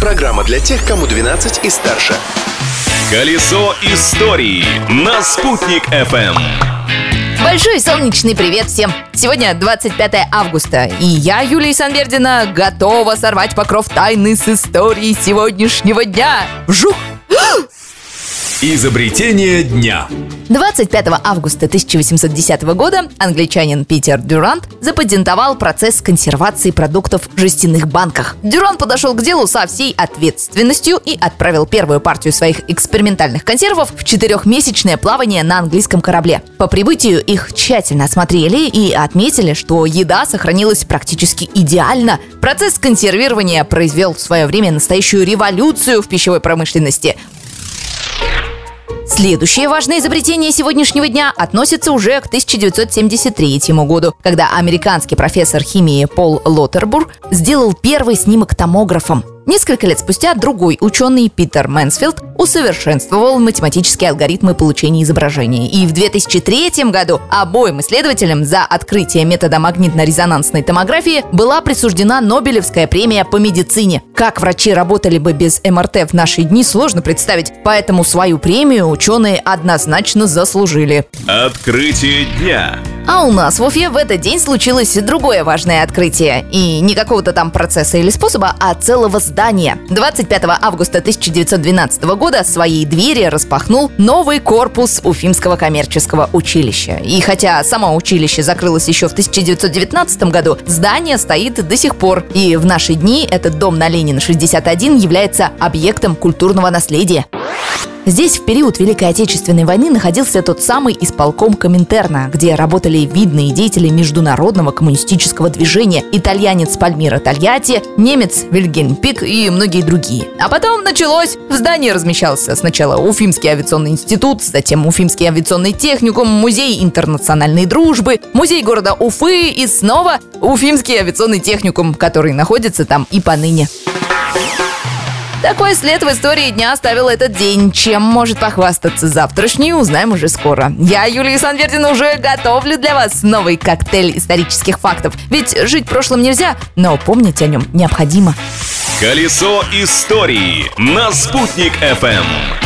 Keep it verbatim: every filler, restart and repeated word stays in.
Программа для тех, кому двенадцать и старше. Колесо истории на Спутник эф эм. Большой солнечный привет всем! Сегодня двадцать пятое августа, и я, Юлия Санвердина, готова сорвать покров тайны с историей сегодняшнего дня. Вжух! Изобретение дня. двадцать пятого августа тысяча восемьсот десятого года англичанин Питер Дюрант запатентовал процесс консервации продуктов в жестяных банках. Дюрант подошел к делу со всей ответственностью и отправил первую партию своих экспериментальных консервов в четырехмесячное плавание на английском корабле. По прибытию их тщательно осмотрели и отметили, что еда сохранилась практически идеально. Процесс консервирования произвел в свое время настоящую революцию в пищевой промышленности. Следующее важное изобретение сегодняшнего дня относится уже к тысяча девятьсот семьдесят третьему году, когда американский профессор химии Пол Лоттербур сделал первый снимок томографом. Несколько лет спустя другой ученый Питер Мэнсфилд усовершенствовал математические алгоритмы получения изображения. И в две тысячи третьем году обоим исследователям за открытие метода магнитно-резонансной томографии была присуждена Нобелевская премия по медицине. Как врачи работали бы без эм эр тэ в наши дни, сложно представить. Поэтому свою премию ученые однозначно заслужили. Открытие дня. А у нас в Уфе в этот день случилось другое важное открытие. И не какого-то там процесса или способа, а целого здания. двадцать пятого августа тысяча девятьсот двенадцатого года свои двери распахнул новый корпус Уфимского коммерческого училища. И хотя само училище закрылось еще в тысяча девятьсот девятнадцатом году, здание стоит до сих пор. И в наши дни этот дом на Ленина шестьдесят один является объектом культурного наследия. Здесь в период Великой Отечественной войны находился тот самый исполком Коминтерна, где работали видные деятели международного коммунистического движения: итальянец Пальмиро Тольятти, немец Вильгельм Пик и многие другие. А потом началось. В здании размещался сначала Уфимский авиационный институт, затем Уфимский авиационный техникум, музей интернациональной дружбы, музей города Уфы и снова Уфимский авиационный техникум, который находится там и поныне. Такой след в истории дня оставил этот день. Чем может похвастаться завтрашний, узнаем уже скоро. Я, Юлия Санвердина, уже готовлю для вас новый коктейль исторических фактов. Ведь жить прошлым нельзя, но помнить о нем необходимо. Колесо истории на Спутник эф эм.